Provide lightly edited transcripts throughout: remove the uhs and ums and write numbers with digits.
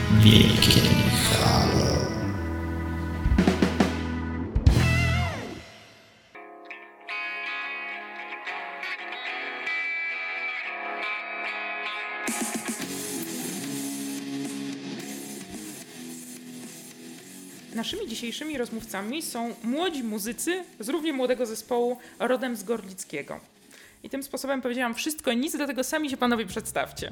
Wielkie Halo. Naszymi dzisiejszymi rozmówcami są młodzi muzycy z równie młodego zespołu rodem z Gorlickiego. I tym sposobem powiedziałam wszystko i nic, dlatego sami się panowie przedstawcie.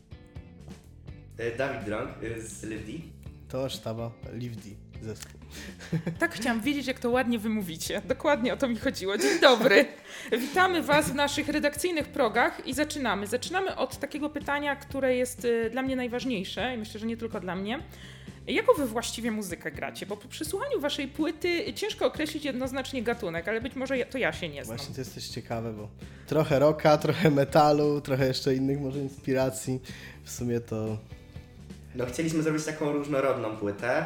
Dawid Drąg z Livdi. To sztaba Livdi zespół. Tak chciałam wiedzieć, jak to ładnie wymówicie. Dokładnie o to mi chodziło. Dzień dobry. Witamy was w naszych redakcyjnych progach i zaczynamy. Zaczynamy od takiego pytania, które jest dla mnie najważniejsze i myślę, że nie tylko dla mnie. Jaką wy właściwie muzykę gracie? Bo po przesłuchaniu waszej płyty ciężko określić jednoznacznie gatunek, ale być może to ja się nie znam. Właśnie to jest też ciekawe, bo trochę rocka, trochę metalu, trochę jeszcze innych może inspiracji. W sumie to... No chcieliśmy zrobić taką różnorodną płytę,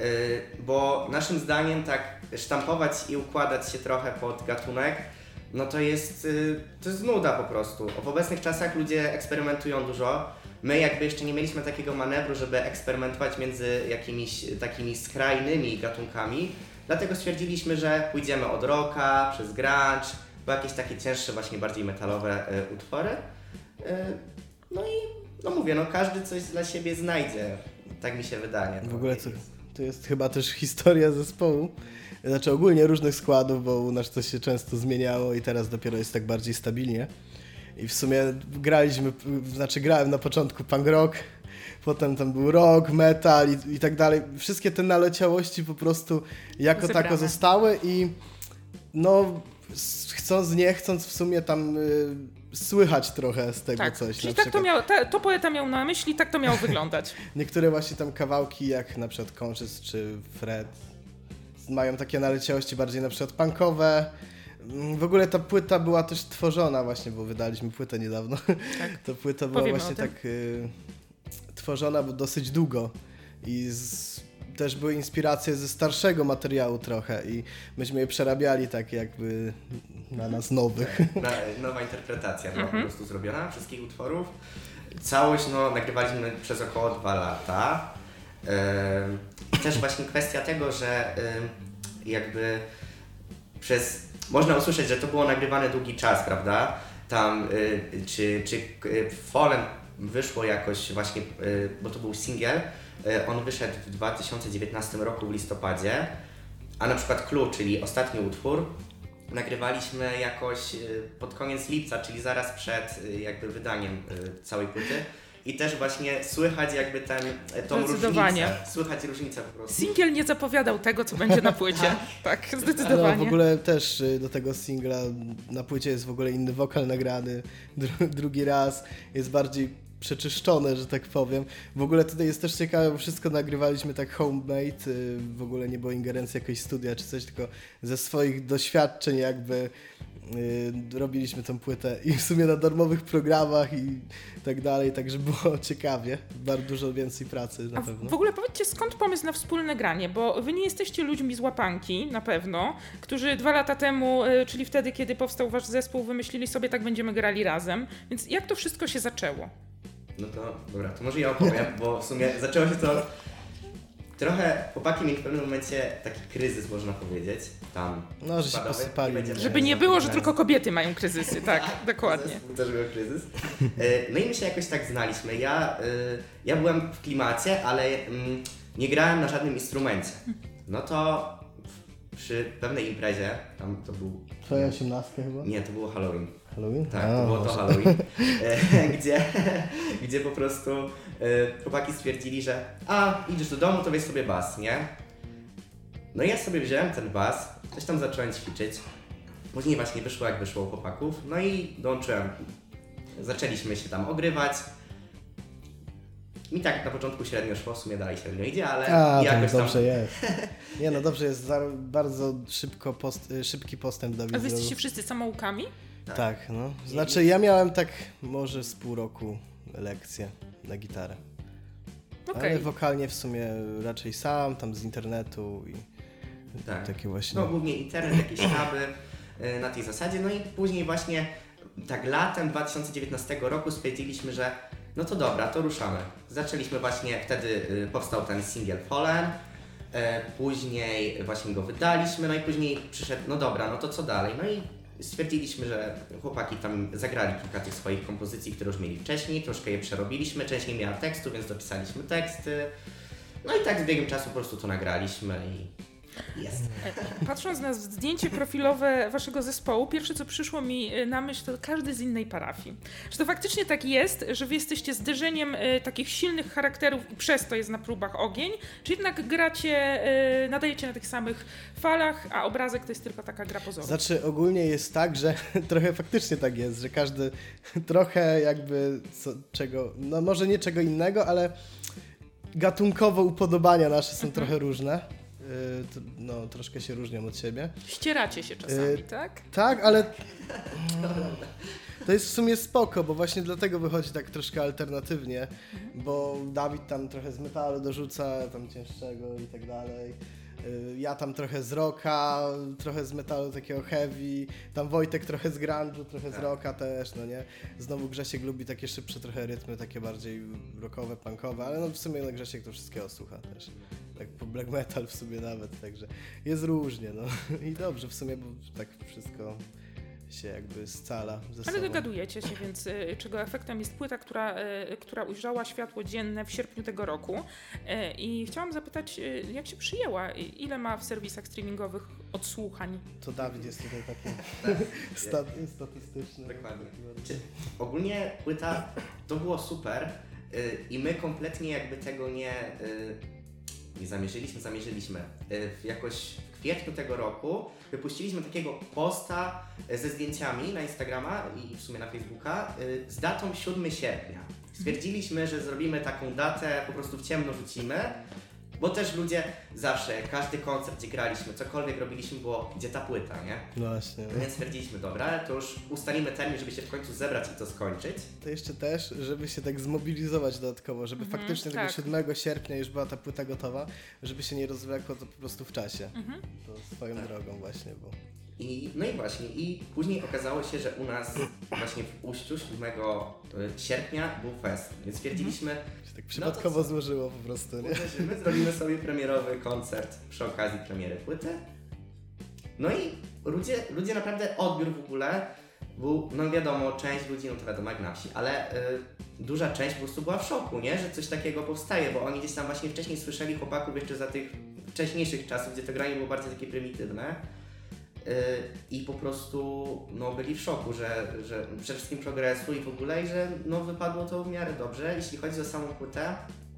bo naszym zdaniem tak sztampować i układać się trochę pod gatunek, no to jest nuda po prostu. W obecnych czasach ludzie eksperymentują dużo. My jakby jeszcze nie mieliśmy takiego manewru, żeby eksperymentować między jakimiś takimi skrajnymi gatunkami, dlatego stwierdziliśmy, że pójdziemy od rocka, przez grunge, po jakieś takie cięższe, właśnie bardziej metalowe utwory. No i no mówię, no każdy coś dla siebie znajdzie, tak mi się wydaje. W ogóle to jest chyba też historia zespołu, znaczy ogólnie różnych składów, bo u nas to się często zmieniało i teraz dopiero jest tak bardziej stabilnie. I w sumie grałem na początku punk rock, potem tam był rock, metal i tak dalej. Wszystkie te naleciałości po prostu jako zebrane. tako zostały i no chcąc nie chcąc w sumie tam słychać trochę z tego tak. coś. Czyli na tak to poeta miał na myśli, tak to miało wyglądać. Niektóre właśnie tam kawałki jak na przykład Conscious czy Fred mają takie naleciałości bardziej na przykład punkowe. W ogóle ta płyta była też tworzona właśnie, bo wydaliśmy płytę niedawno. Tak. To płyta była Powiemy właśnie o tym. tak tworzona dosyć długo i też były inspiracje ze starszego materiału trochę i myśmy je przerabiali tak jakby na nas nowych. Nowa interpretacja była po prostu zrobiona wszystkich utworów. Całość nagrywaliśmy przez około 2 lata. Też właśnie kwestia tego, że jakby można usłyszeć, że to było nagrywane długi czas, prawda? Tam, czy Fallen wyszło jakoś właśnie, bo to był singiel, on wyszedł w 2019 roku w listopadzie, a na przykład Clue, czyli ostatni utwór, nagrywaliśmy jakoś pod koniec lipca, czyli zaraz przed jakby wydaniem całej płyty. I też właśnie słychać jakby tą różnicę. Słychać różnicę po prostu. Singiel nie zapowiadał tego, co będzie na płycie. Tak, zdecydowanie. No, w ogóle też do tego singla na płycie jest w ogóle inny wokal nagrany drugi raz. Jest bardziej przeczyszczone, że tak powiem. W ogóle tutaj jest też ciekawe, bo wszystko nagrywaliśmy tak homemade. W ogóle nie było ingerencji jakiejś studia czy coś, tylko ze swoich doświadczeń jakby robiliśmy tą płytę i w sumie na darmowych programach i tak dalej, także było ciekawie, bardzo dużo więcej pracy na pewno. W ogóle powiedzcie, skąd pomysł na wspólne granie, bo wy nie jesteście ludźmi z łapanki, na pewno, którzy 2 lata temu, czyli wtedy, kiedy powstał wasz zespół, wymyślili sobie, tak będziemy grali razem, więc jak to wszystko się zaczęło? No to dobra, to może ja opowiem, bo w sumie zaczęło się to trochę, chłopaki mieli w pewnym momencie taki kryzys, można powiedzieć, tam no, że się posypali. Żeby nie było, że tylko kobiety mają kryzysy, tak, dokładnie. Zespół też miał kryzys. No i my się jakoś tak znaliśmy. Ja byłem w klimacie, ale nie grałem na żadnym instrumencie. No to przy pewnej imprezie, tam to był... Twoja 18 chyba? Nie, to było Halloween. Halloween? Tak, to było to Halloween, gdzie po prostu chłopaki stwierdzili, że idziesz do domu, to weź sobie bas, nie? No i ja sobie wziąłem ten bas, coś tam zacząłem ćwiczyć. Później właśnie wyszło jak wyszło u chłopaków, no i dołączyłem. Zaczęliśmy się tam ogrywać. Mi tak na początku średnio szło, w sumie dalej średnio idzie, ale jakoś tam... dobrze jest. Nie no, dobrze jest, bardzo szybki postęp do A widza. wy jesteście wszyscy samoukami? Tak, no. Znaczy ja miałem tak może z pół roku lekcje na gitarę. Okay. Ale wokalnie w sumie raczej sam, tam z internetu i takie właśnie... No głównie internet, jakieś huby na tej zasadzie, no i później właśnie tak latem 2019 roku stwierdziliśmy, że no to dobra, to ruszamy. Zaczęliśmy właśnie, wtedy powstał ten singiel Fallen, później właśnie go wydaliśmy, no i później przyszedł, no dobra, no to co dalej? No i stwierdziliśmy, że chłopaki tam zagrali kilka tych swoich kompozycji, które już mieli wcześniej, troszkę je przerobiliśmy, część nie miała tekstu, więc dopisaliśmy teksty. No i tak z biegiem czasu po prostu to nagraliśmy i jest. Patrząc na zdjęcie profilowe waszego zespołu, pierwsze co przyszło mi na myśl, to każdy z innej parafii. Że to faktycznie tak jest, że wy jesteście zderzeniem takich silnych charakterów i przez to jest na próbach ogień, czy jednak gracie, nadajecie na tych samych falach, a obrazek to jest tylko taka gra pozoru? Znaczy ogólnie jest tak, że trochę faktycznie tak jest, że każdy trochę jakby czego, no może nie czego innego, ale gatunkowo upodobania nasze są trochę różne. No, troszkę się różnią od siebie. Ścieracie się czasami, tak? Tak, ale to jest w sumie spoko, bo właśnie dlatego wychodzi tak troszkę alternatywnie, bo Dawid tam trochę z metalu dorzuca, tam cięższego i tak dalej. Ja tam trochę z rocka, trochę z metalu takiego heavy, tam Wojtek trochę z grunge'u, trochę z rocka też, no nie? Znowu Grzesiek lubi takie szybsze trochę rytmy, takie bardziej rockowe, punkowe, ale no w sumie no Grzesiek to wszystkiego słucha też. Tak po black metal w sumie nawet, także jest różnie, no. I dobrze w sumie, bo tak wszystko się jakby scala ze sobą. Ale dogadujecie się, więc czego efektem jest płyta, która ujrzała światło dzienne w sierpniu tego roku. I chciałam zapytać, jak się przyjęła? Ile ma w serwisach streamingowych odsłuchań? To Dawid jest tutaj taki statystyczny. Dokładnie. Ogólnie płyta to było super i my kompletnie jakby tego nie zamierzyliśmy. Jakoś w kwietniu tego roku wypuściliśmy takiego posta ze zdjęciami na Instagrama i w sumie na Facebooka z datą 7 sierpnia. Stwierdziliśmy, że zrobimy taką datę, po prostu w ciemno rzucimy, bo też ludzie zawsze, każdy koncert, gdzie graliśmy, cokolwiek robiliśmy, było gdzie ta płyta, nie? No właśnie. Więc stwierdziliśmy, dobra, to już ustalimy termin, żeby się w końcu zebrać i to skończyć. To jeszcze też, żeby się tak zmobilizować dodatkowo, żeby faktycznie tego 7 sierpnia już była ta płyta gotowa, żeby się nie rozwlekło to po prostu w czasie. To swoją drogą właśnie, bo... No i właśnie, i później okazało się, że u nas właśnie w Uściu 7 sierpnia był fest, więc stwierdziliśmy, się tak przypadkowo złożyło po prostu, nie? My zrobimy sobie premierowy koncert przy okazji premiery płyty. No i ludzie naprawdę, odbiór w ogóle był, no wiadomo, część ludzi, no to wiadomo jak na wsi, ale duża część po prostu była w szoku, nie? Że coś takiego powstaje, bo oni gdzieś tam właśnie wcześniej słyszeli chłopaków jeszcze za tych wcześniejszych czasów, gdzie to granie było bardziej takie prymitywne. I po prostu no, byli w szoku, że przede wszystkim progresu i w ogóle, i że no, wypadło to w miarę dobrze. Jeśli chodzi o samą płytę,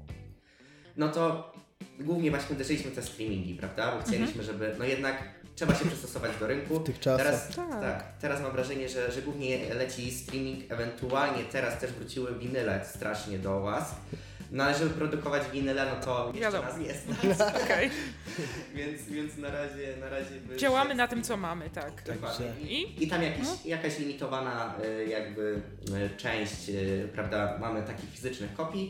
no to głównie właśnie uderzyliśmy te streamingi, prawda? Bo chcieliśmy, żeby no jednak trzeba się przystosować do rynku. W tych czasach. Teraz mam wrażenie, że głównie leci streaming, ewentualnie teraz też wróciły winyle strasznie do Was. No ale żeby produkować winyle, no to jeszcze nas nie stać. Okay. Więc na razie działamy na tym, co mamy, tak. Dokładnie. I tam jakaś limitowana jakby część, prawda, mamy takich fizycznych kopii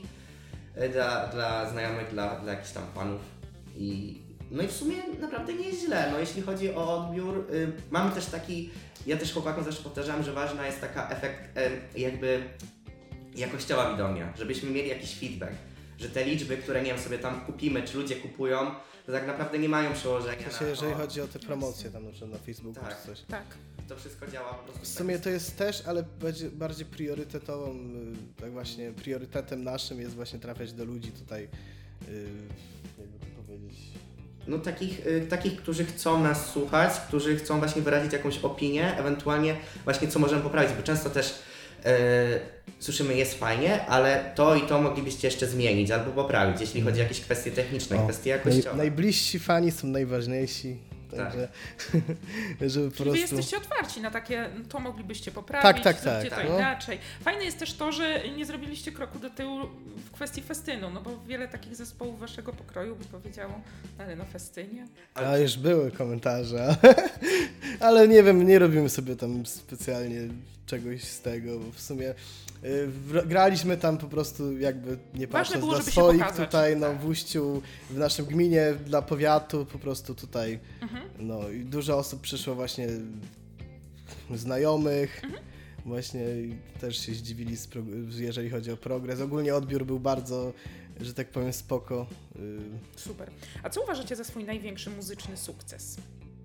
dla znajomych, dla jakichś tam fanów. No i w sumie naprawdę nie jest źle, no jeśli chodzi o odbiór. Mamy też taki, ja też chłopakom zawsze powtarzam, że ważna jest taka efekt jakby jakościowa widownia, żebyśmy mieli jakiś feedback, że te liczby, które nie wiem, sobie tam kupimy, czy ludzie kupują, to tak naprawdę nie mają przełożenia na to. Jeżeli chodzi o te promocje tam na Facebooku tak, czy coś. Tak. To wszystko działa po prostu. W sumie to jest też, ale bardziej priorytetową, tak właśnie priorytetem naszym jest właśnie trafiać do ludzi tutaj, jakby to powiedzieć. No takich, którzy chcą nas słuchać, którzy chcą właśnie wyrazić jakąś opinię, ewentualnie właśnie co możemy poprawić, bo często też słyszymy, jest fajnie, ale to i to moglibyście jeszcze zmienić albo poprawić, jeśli chodzi o jakieś kwestie techniczne, kwestie jakościowe. Najbliżsi fani są najważniejsi. Także, żeby po prostu... Wy jesteście otwarci na takie, to moglibyście poprawić, zróbcie to inaczej. Fajne jest też to, że nie zrobiliście kroku do tyłu w kwestii festynu, no bo wiele takich zespołów waszego pokroju by powiedziało, ale na festynie. A już były komentarze, ale nie wiem, nie robimy sobie tam specjalnie czegoś z tego, bo w sumie graliśmy tam po prostu jakby nie patrząc dla swoich tutaj, no w Uściu, w naszym gminie, dla powiatu, po prostu tutaj, no i dużo osób przyszło właśnie znajomych, właśnie też się zdziwili, jeżeli chodzi o progres. Ogólnie odbiór był bardzo, że tak powiem, spoko. Super. A co uważacie za swój największy muzyczny sukces?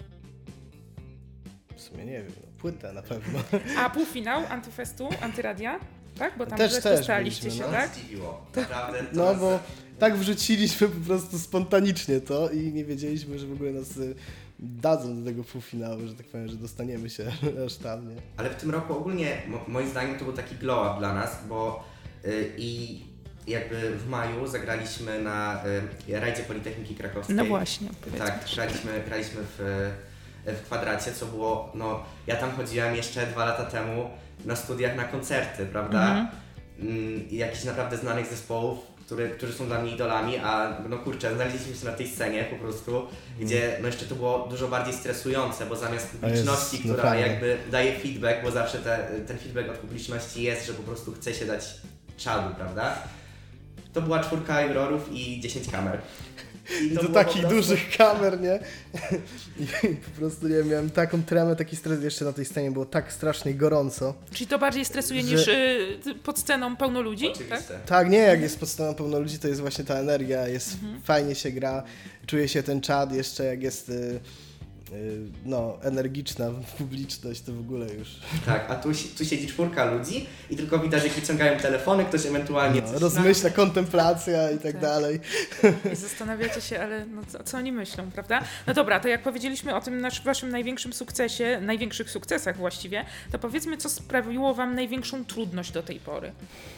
W sumie nie wiem, płytę na pewno. A półfinał Antyfestu, Antyradia? Tak? Bo tam Też dostaliście byliśmy, się, no. tak? Zdziwiło. Naprawdę. to No nas- bo tak wrzuciliśmy po prostu spontanicznie to i nie wiedzieliśmy, że w ogóle nas dadzą do tego półfinału, że tak powiem, że dostaniemy się aż tam, nie? Ale w tym roku ogólnie, moim zdaniem, to był taki glow up dla nas, bo i jakby w maju zagraliśmy na rajdzie Politechniki Krakowskiej. No właśnie, powiedzmy Tak, też. graliśmy w Kwadracie, co było, no ja tam chodziłem jeszcze 2 lata temu na studiach na koncerty, prawda? I jakichś naprawdę znanych zespołów, którzy są dla mnie idolami, a no kurczę, znaleźliśmy się na tej scenie po prostu, gdzie no jeszcze to było dużo bardziej stresujące, bo zamiast publiczności, jest, no która fajnie. jakby daje feedback, bo zawsze ten feedback od publiczności jest, że po prostu chce się dać czadu, prawda? To była 4 jurorów i 10 kamer. I to było takich po prostu- dużych kamer, nie? I po prostu, nie wiem, miałem taką tremę, taki stres, jeszcze na tej scenie było tak strasznie gorąco. Czyli to bardziej stresuje Że- niż pod sceną pełno ludzi, tak? Oczywiste. Tak, nie, jak jest pod sceną pełno ludzi, to jest właśnie ta energia, jest fajnie się gra, czuje się ten czad, jeszcze jak jest no, energiczna publiczność, to w ogóle już Tak, a tu siedzi 4 ludzi i tylko widać, jak wyciągają telefony, ktoś ewentualnie coś rozmyśla, kontemplacja i tak Tak. dalej. I zastanawiacie się, ale no co oni myślą, prawda? No dobra, to jak powiedzieliśmy o tym waszym największym sukcesie, największych sukcesach właściwie, to powiedzmy, co sprawiło wam największą trudność do tej pory.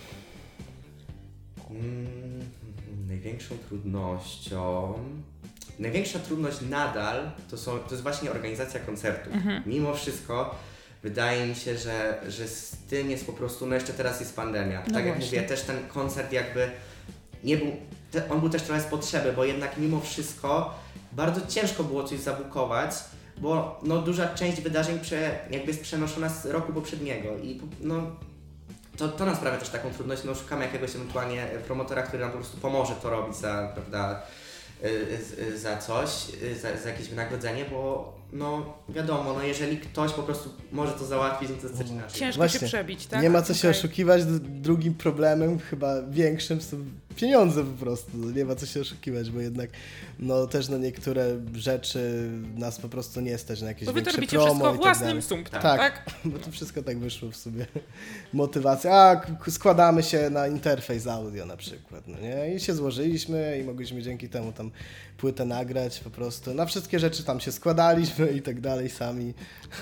Największą trudnością... Największa trudność nadal to jest właśnie organizacja koncertów. Mimo wszystko wydaje mi się, że z tym jest po prostu, no jeszcze teraz jest pandemia. No tak jak właśnie. mówię, też ten koncert jakby nie był, on był też trochę z potrzeby, bo jednak mimo wszystko bardzo ciężko było coś zabukować, bo no duża część wydarzeń jakby jest przenoszona z roku poprzedniego i no to nam sprawia też taką trudność, no szukamy jakiegoś ewentualnie promotora, który nam po prostu pomoże to robić za coś, za jakieś wynagrodzenie, bo no wiadomo, no jeżeli ktoś po prostu może to załatwić, no to jest coś inaczej. Ciężko Właśnie. się przebić, tak? Nie ma co się Okej. oszukiwać, drugim problemem, chyba większym, są pieniądze po prostu, nie ma co się oszukiwać, bo jednak no też na niektóre rzeczy nas po prostu nie stać, na jakieś Bo wy to większe robicie promo wszystko i tak własnym dalej. sumptem, Tak. tak? Bo to wszystko tak wyszło w sobie. Motywacja. Składamy się na interfejs audio na przykład, no nie? I się złożyliśmy i mogliśmy dzięki temu tam płytę nagrać po prostu. Na wszystkie rzeczy tam się składaliśmy i tak dalej sami.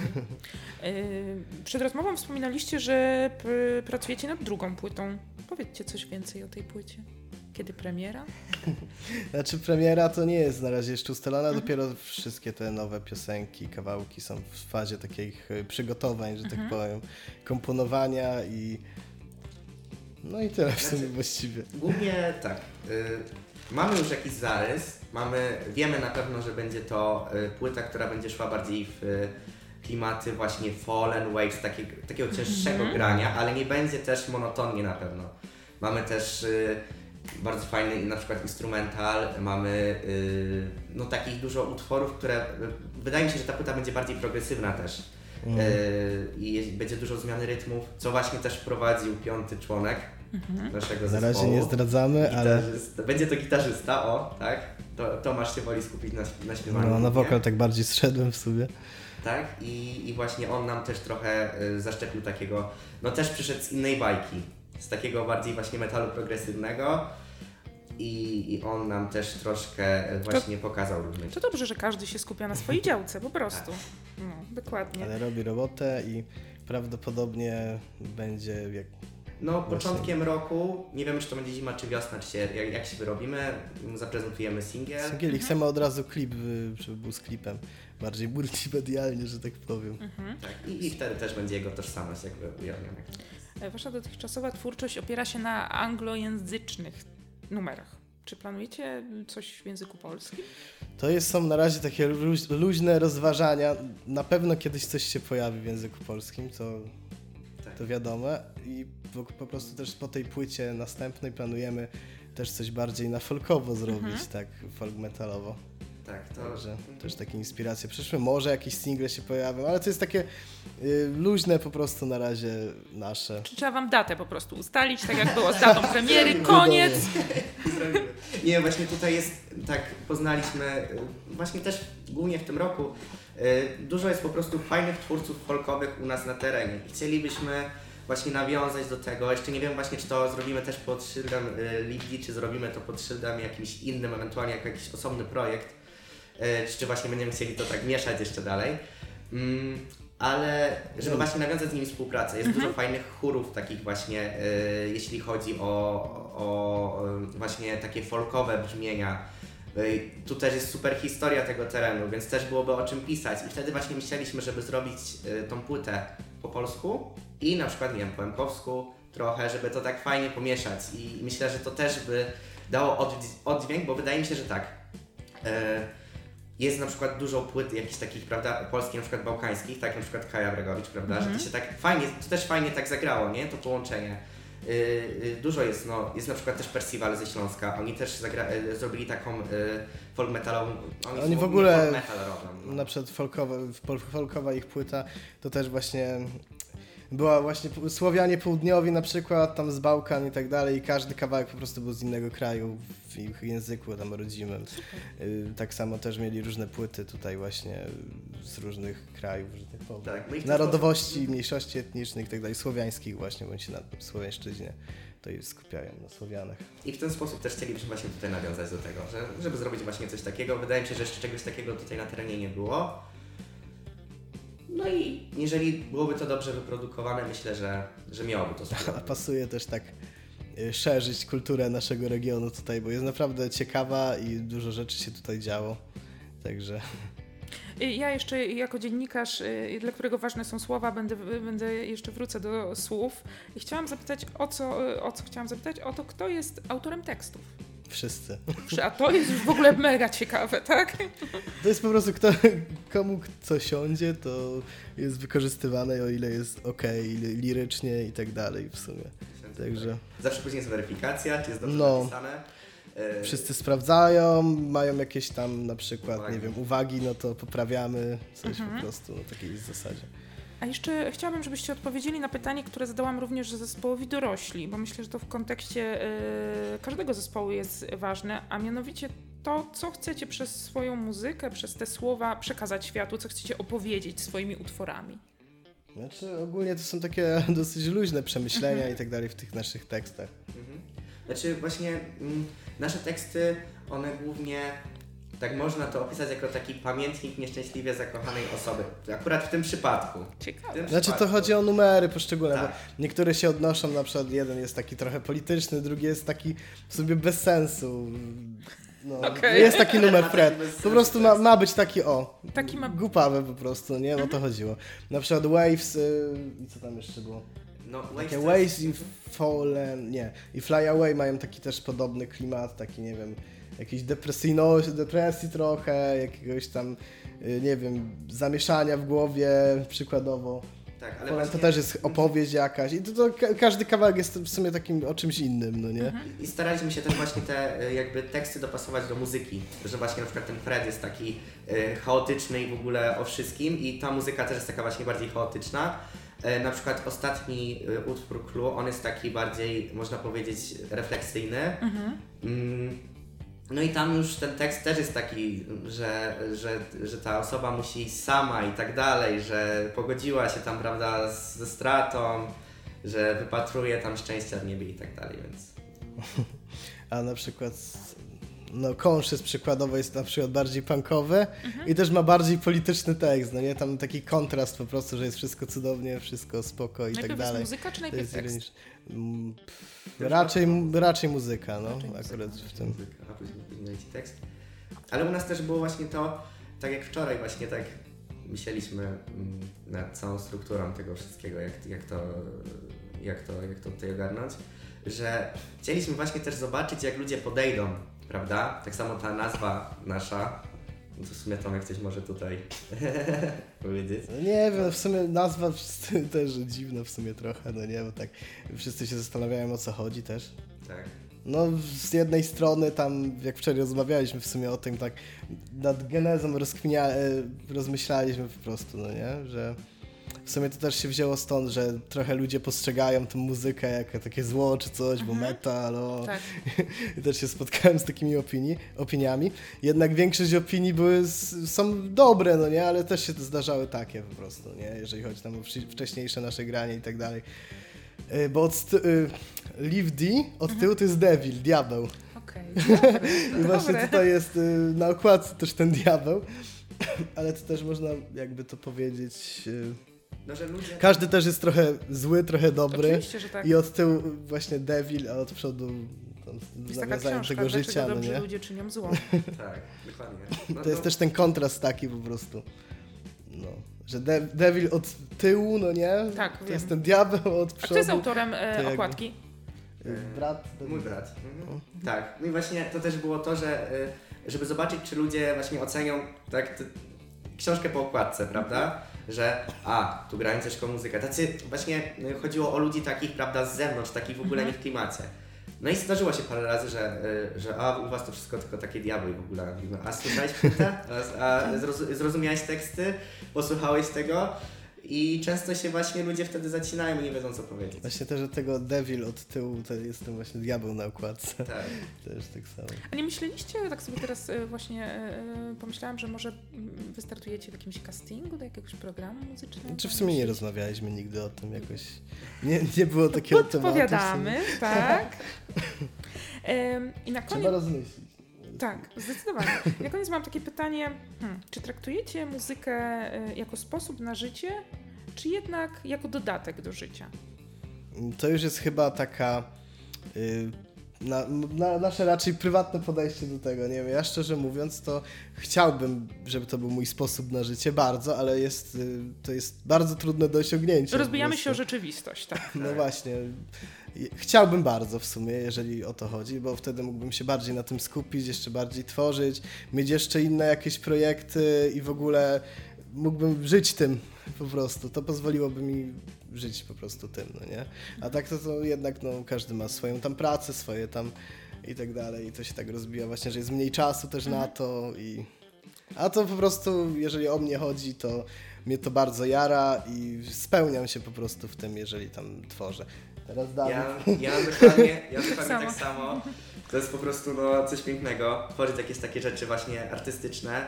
Przed rozmową wspominaliście, że pracujecie nad drugą płytą. Powiedzcie coś więcej o tej płycie. Kiedy premiera? Znaczy premiera to nie jest na razie jeszcze ustalona, dopiero wszystkie te nowe piosenki, kawałki są w fazie takich przygotowań, że tak powiem, komponowania i no i tyle w sumie właściwie. Głównie tak, mamy już jakiś zarys, wiemy na pewno, że będzie to płyta, która będzie szła bardziej w klimaty właśnie fall and waves, takiego cięższego grania, ale nie będzie też monotonnie na pewno. Mamy też bardzo fajny na przykład instrumental, mamy no takich dużo utworów, które wydaje mi się, że ta płyta będzie bardziej progresywna też. I będzie dużo zmiany rytmów, co właśnie też wprowadził 5. członek naszego Na zespołu. razie nie zdradzamy, ale Będzie to gitarzysta, tak? Tomasz się woli skupić na śpiewaniu. no, na nie? wokal tak bardziej zszedłem w sobie. Tak? I właśnie on nam też trochę zaszczepił takiego, no też przyszedł z innej bajki, z takiego bardziej właśnie metalu progresywnego i on nam też troszkę właśnie pokazał różne To dobrze, że każdy się skupia na swojej działce, po prostu. No, dokładnie. Ale robi robotę i prawdopodobnie będzie jak No, początkiem roku, nie wiemy, czy to będzie zima, czy wiosna, czy jak się wyrobimy, zaprezentujemy singiel. singiel. Chcemy od razu klip, żeby był z klipem. Bardziej multimedialnie, że tak powiem. Tak, i wtedy też będzie jego tożsamość jakby ujawniona. Wasza dotychczasowa twórczość opiera się na anglojęzycznych numerach. Czy planujecie coś w języku polskim? Są na razie takie luźne rozważania. Na pewno kiedyś coś się pojawi w języku polskim, to wiadomo. I po prostu też po tej płycie następnej planujemy też coś bardziej na folkowo zrobić, tak folk metalowo. Tak, to... Także też takie inspiracje przyszły. Może jakieś single się pojawią, ale to jest takie luźne po prostu na razie nasze. Czy trzeba wam datę po prostu ustalić, tak jak było z datą premiery, koniec. Nie, właśnie tutaj jest, tak poznaliśmy, właśnie też głównie w tym roku, dużo jest po prostu fajnych twórców folkowych u nas na terenie i chcielibyśmy właśnie nawiązać do tego. Jeszcze nie wiem właśnie, czy to zrobimy też pod szyldem Ligi, czy zrobimy to pod szyldem jakimś innym, ewentualnie jako jakiś osobny projekt, czy właśnie będziemy chcieli to tak mieszać jeszcze dalej. Ale żeby właśnie nawiązać z nimi współpracę, jest dużo fajnych chórów takich właśnie, jeśli chodzi o właśnie takie folkowe brzmienia. Tu też jest super historia tego terenu, więc też byłoby o czym pisać. I wtedy właśnie myśleliśmy, żeby zrobić tą płytę po polsku i na przykład, nie wiem, po emkowsku trochę, żeby to tak fajnie pomieszać. I myślę, że to też by dało oddźwięk, bo wydaje mi się, że tak. Jest na przykład dużo płyt jakichś takich, prawda, polskich, na przykład bałkańskich, tak, na przykład Kaja Bregowicz, prawda, że to się tak fajnie, to też fajnie tak zagrało, nie, to połączenie. Dużo jest, no, jest na przykład też Percival ze Śląska, oni też zrobili taką folk metalową, oni w ogóle, folk metal robią. No. Na przykład folkowa ich płyta, to też właśnie była właśnie Słowianie Południowi na przykład, tam z Bałkan i tak dalej i każdy kawałek po prostu był z innego kraju, w ich języku tam rodzimym. Tak samo też mieli różne płyty tutaj właśnie z różnych krajów, że tak powiem. Tak, no Narodowości, mniejszości etnicznych i tak dalej, słowiańskich właśnie, bądź się na słowiańszczyźnie to już skupiają, na Słowianach. I w ten sposób też chcielibyśmy właśnie tutaj nawiązać do tego, żeby zrobić właśnie coś takiego. Wydaje mi się, że jeszcze czegoś takiego tutaj na terenie nie było. No i jeżeli byłoby to dobrze wyprodukowane, myślę, że miałoby to sens. A pasuje też tak szerzyć kulturę naszego regionu tutaj, bo jest naprawdę ciekawa i dużo rzeczy się tutaj działo. Także... Ja jeszcze jako dziennikarz, dla którego ważne są słowa, będę jeszcze wrócę do słów i chciałam zapytać o co chciałam zapytać? O to, kto jest autorem tekstów. Wszyscy. A to jest już w ogóle mega ciekawe, tak? To jest po prostu komu co siądzie, to jest wykorzystywane, o ile jest lirycznie i tak dalej w sumie. Także... Zawsze później jest weryfikacja, czy jest dobrze napisane. Wszyscy sprawdzają, mają jakieś tam na przykład, nie wiem, uwagi, no to poprawiamy coś po prostu na takiej zasadzie. A jeszcze chciałabym, żebyście odpowiedzieli na pytanie, które zadałam również zespołowi dorośli, bo myślę, że to w kontekście każdego zespołu jest ważne, a mianowicie to, co chcecie przez swoją muzykę, przez te słowa przekazać światu, co chcecie opowiedzieć swoimi utworami. Znaczy ogólnie to są takie dosyć luźne przemyślenia i tak dalej w tych naszych tekstach. Znaczy właśnie nasze teksty, one głównie, tak można to opisać jako taki pamiętnik nieszczęśliwie zakochanej osoby. Akurat w tym przypadku. Ciekawe. Znaczy to chodzi o numery poszczególne, tak. Bo niektóre się odnoszą, na przykład jeden jest taki trochę polityczny, drugi jest taki w sobie bez sensu. No, jest taki numer Fred. Po prostu ma być taki głupawy po prostu, nie? O to chodziło. Na przykład Waves i co tam jeszcze było? No, takie Waves i Fallen, i Fly Away mają taki też podobny klimat, taki nie wiem, jakiejś depresji trochę, jakiegoś tam, nie wiem, zamieszania w głowie przykładowo. Tak, ale właśnie... To też jest opowieść jakaś i to każdy kawałek jest w sumie takim o czymś innym, no nie? I staraliśmy się też właśnie te jakby teksty dopasować do muzyki, że właśnie na przykład ten Fred jest taki chaotyczny i w ogóle o wszystkim i ta muzyka też jest taka właśnie bardziej chaotyczna. Na przykład ostatni utwór Clue, on jest taki bardziej, można powiedzieć, refleksyjny. No i tam już ten tekst też jest taki, że ta osoba musi iść sama i tak dalej, że pogodziła się tam, prawda, ze stratą, że wypatruje tam szczęścia w niebie i tak dalej, więc... A na przykład... No Conscious przykładowo jest na przykład bardziej punkowy i też ma bardziej polityczny tekst, no nie? Tam taki kontrast po prostu, że jest wszystko cudownie, wszystko spoko i tak dalej. Najpierw jest muzyka czy najpierw tekst? Raczej muzyka, no, akurat w tym. A później ci tekst. Ale u nas też było właśnie to, tak jak wczoraj właśnie tak myśleliśmy nad całą strukturą tego wszystkiego, jak to tutaj ogarnąć, że chcieliśmy właśnie też zobaczyć, jak ludzie podejdą, prawda? Tak samo ta nazwa nasza, no to w sumie Tomek coś może tutaj powiedzieć. No nie wiem, w sumie nazwa też dziwna w sumie trochę, no nie, bo tak wszyscy się zastanawiają, o co chodzi też. Tak. No, z jednej strony tam, jak wczoraj rozmawialiśmy w sumie o tym, tak nad genezą rozmyślaliśmy po prostu, no nie, że w sumie to też się wzięło stąd, że trochę ludzie postrzegają tę muzykę jako takie zło czy coś, bo metal, Tak. I też się spotkałem z takimi opiniami. Jednak większość opinii są dobre, no nie, ale też się zdarzały takie po prostu, nie, jeżeli chodzi tam o wcześniejsze nasze granie i tak dalej. Bo Live D od tyłu to jest Devil, diabeł. Okej, I właśnie tutaj jest na okładce też ten diabeł, ale to też można jakby to powiedzieć... No, że ludzie... Każdy też jest trochę zły, trochę dobry. Oczywiście, że tak. I od tyłu właśnie Devil, a od przodu Jest taka nawiązają książka, tego dlaczego życia, no dobrzy nie? ludzie czynią zło. Tak, dokładnie. No To jest też ten kontrast taki po prostu. No, że Devil od tyłu, no nie? Tak, to wiem. jest ten diabeł od przodu. A kto jest autorem jakby- okładki? Brat. Mój brat. Tak. No i właśnie to też było to, że żeby zobaczyć, czy ludzie właśnie ocenią tak książkę po okładce, prawda? Że tu grają ciężką muzykę. Tacy właśnie chodziło o ludzi takich, prawda, z zewnątrz, takich w ogóle nie w klimacie. No i zdarzyło się parę razy, że u was to wszystko tylko takie diabły w ogóle. A słyszałeś płytę? A zrozumiałeś teksty? Posłuchałeś tego? I często się właśnie ludzie wtedy zacinają i nie wiedzą, co powiedzieć. Właśnie też od tego Devil od tyłu to jest ten właśnie diabeł na okładce. Tak. Też tak samo. A nie myśleliście, tak sobie teraz właśnie pomyślałam, że może wystartujecie w jakimś castingu do jakiegoś programu muzycznego? Czy w sumie nie rozmawialiśmy nigdy o tym jakoś. Nie było takiego tematu. Podpowiadamy, tak. I na koniec... Trzeba rozmyślić. Tak, zdecydowanie. Na koniec mam takie pytanie, czy traktujecie muzykę jako sposób na życie, czy jednak jako dodatek do życia? To już jest chyba taka nasze raczej prywatne podejście do tego. Nie wiem, ja szczerze mówiąc to chciałbym, żeby to był mój sposób na życie bardzo, ale to jest bardzo trudne do osiągnięcia. Rozbijamy się o rzeczywistość, tak. No właśnie. Chciałbym bardzo w sumie, jeżeli o to chodzi, bo wtedy mógłbym się bardziej na tym skupić, jeszcze bardziej tworzyć, mieć jeszcze inne jakieś projekty i w ogóle mógłbym żyć tym po prostu. To pozwoliłoby mi żyć po prostu tym, no nie? A tak to jednak no, każdy ma swoją tam pracę, swoje tam i tak dalej i to się tak rozbija właśnie, że jest mniej czasu też na to a to po prostu, jeżeli o mnie chodzi, to mnie to bardzo jara i spełniam się po prostu w tym, jeżeli tam tworzę. Teraz Dawid. Ja dokładnie tak samo. To jest po prostu coś pięknego, tworzyć jakieś takie rzeczy właśnie artystyczne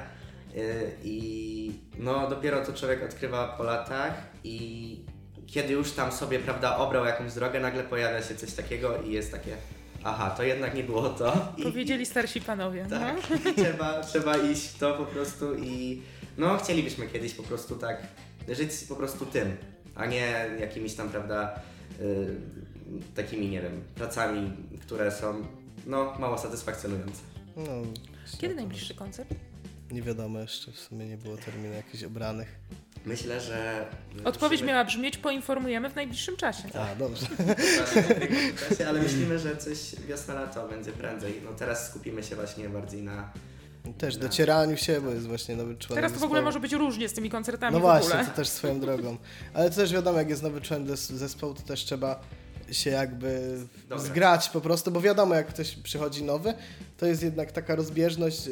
i dopiero to człowiek odkrywa po latach i kiedy już tam sobie, prawda, obrał jakąś drogę, nagle pojawia się coś takiego i jest takie to jednak nie było to. Powiedzieli starsi panowie. Tak, trzeba iść w to po prostu i chcielibyśmy kiedyś po prostu tak żyć po prostu tym, a nie jakimiś tam, prawda, takimi, nie wiem, pracami, które są mało satysfakcjonujące. Kiedy najbliższy koncert? Nie wiadomo jeszcze, w sumie nie było terminu jakichś obranych. Myślę, że... Odpowiedź miała brzmieć, poinformujemy w najbliższym czasie. Dobrze. Ale myślimy, że coś wiosna-lato będzie prędzej. Teraz skupimy się właśnie bardziej na... Też docieraniu się, bo jest właśnie nowy członek Teraz to w ogóle może być różnie z tymi koncertami No w właśnie, ogóle. to też swoją drogą. Ale to też wiadomo, jak jest nowy członek zespołu, to też trzeba się jakby zgrać po prostu, bo wiadomo, jak ktoś przychodzi nowy, to jest jednak taka rozbieżność...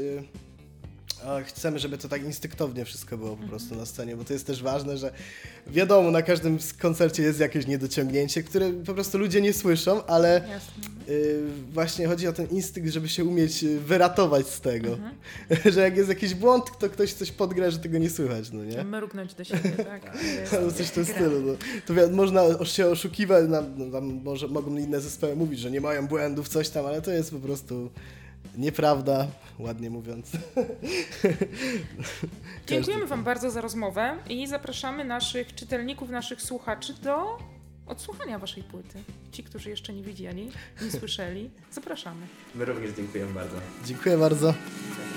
Chcemy, żeby to tak instynktownie wszystko było po prostu na scenie, bo to jest też ważne, że wiadomo, na każdym koncercie jest jakieś niedociągnięcie, które po prostu ludzie nie słyszą, ale właśnie chodzi o ten instynkt, żeby się umieć wyratować z tego. Że jak jest jakiś błąd, to ktoś coś podgra, że tego nie słychać, no nie? Mruknąć do siebie, tak? Albo coś w tym stylu. No. To można się oszukiwać, tam mogą inne zespoły mówić, że nie mają błędów, coś tam, ale to jest po prostu... Nieprawda, ładnie mówiąc. Dziękujemy Wam bardzo za rozmowę i zapraszamy naszych czytelników, naszych słuchaczy do odsłuchania Waszej płyty. Ci, którzy jeszcze nie widzieli, nie słyszeli, zapraszamy. My również dziękujemy bardzo. Dziękuję bardzo.